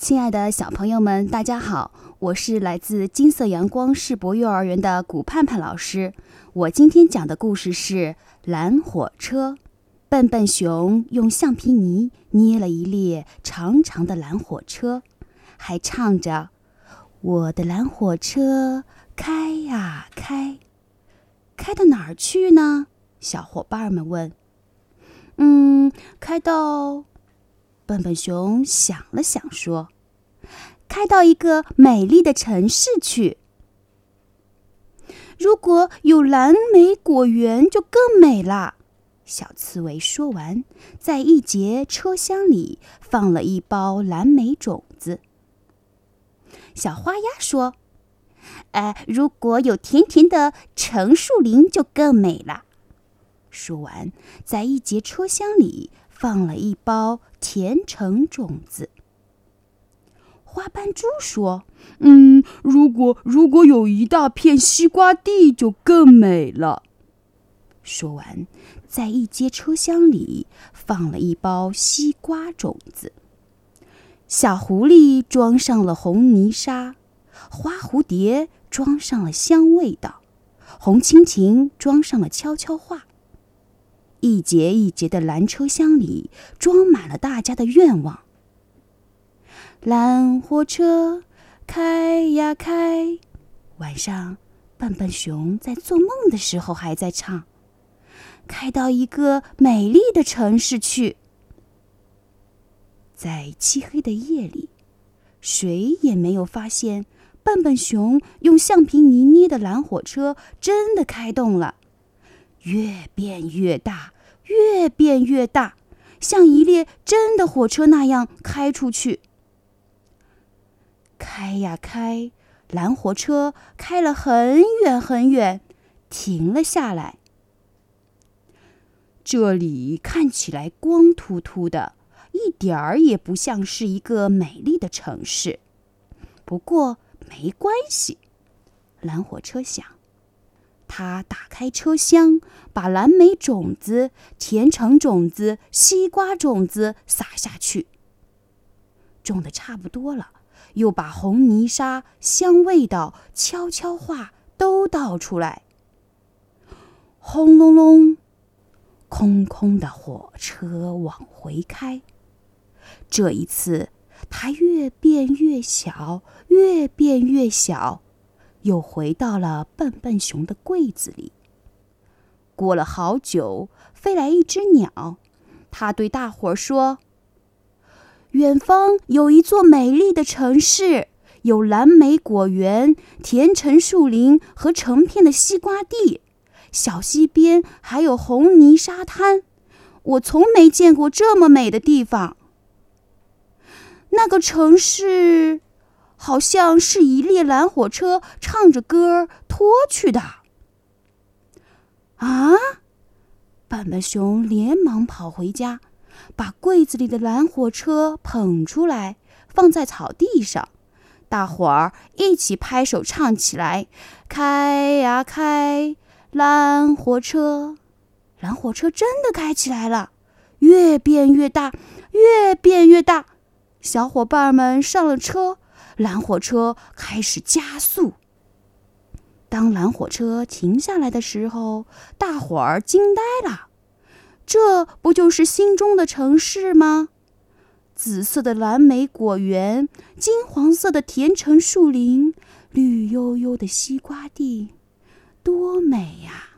亲爱的小朋友们，大家好，我是来自金色阳光世博幼儿园的古盼盼老师。我今天讲的故事是蓝火车。笨笨熊用橡皮泥捏了一列长长的蓝火车，还唱着我的蓝火车开呀开。开到哪儿去呢？小伙伴们问。开到……笨笨熊想了想说，开到一个美丽的城市去。如果有蓝莓果园就更美了。小刺猬说完，在一节车厢里放了一包蓝莓种子。小花鸭说，如果有甜甜的橙树林就更美了。说完，在一节车厢里放了一包甜橙种子。花斑猪说，如果有一大片西瓜地就更美了。说完，在一节车厢里放了一包西瓜种子。小狐狸装上了红泥沙，花蝴蝶装上了香味道，红蜻蜓装上了悄悄话。一节一节的蓝车厢里装满了大家的愿望。蓝火车开呀开，晚上笨笨熊在做梦的时候还在唱，开到一个美丽的城市去。在漆黑的夜里，谁也没有发现笨笨熊用橡皮泥捏的蓝火车真的开动了，越变越大，越变越大，像一列真的火车那样开出去。开呀开，蓝火车开了很远很远，停了下来。这里看起来光秃秃的，一点儿也不像是一个美丽的城市。不过没关系，蓝火车想。他打开车厢，把蓝莓种子、甜橙种子、西瓜种子撒下去。种得差不多了，又把红泥沙、香味道、悄悄话都倒出来。轰隆隆，空空的火车往回开。这一次，它越变越小，越变越小，又回到了笨笨熊的柜子里。过了好久，飞来一只鸟，它对大伙儿说，远方有一座美丽的城市，有蓝莓果园、甜橙树林和成片的西瓜地，小溪边还有红泥沙滩。我从没见过这么美的地方。那个城市好像是一列蓝火车唱着歌拖去的。啊！笨笨熊连忙跑回家，把柜子里的蓝火车捧出来，放在草地上。大伙儿一起拍手唱起来，开呀开，蓝火车。蓝火车真的开起来了，越变越大，越变越大。小伙伴们上了车，蓝火车开始加速。当蓝火车停下来的时候，大伙儿惊呆了。这不就是心中的城市吗？紫色的蓝莓果园，金黄色的甜橙树林，绿油油的西瓜地，多美呀！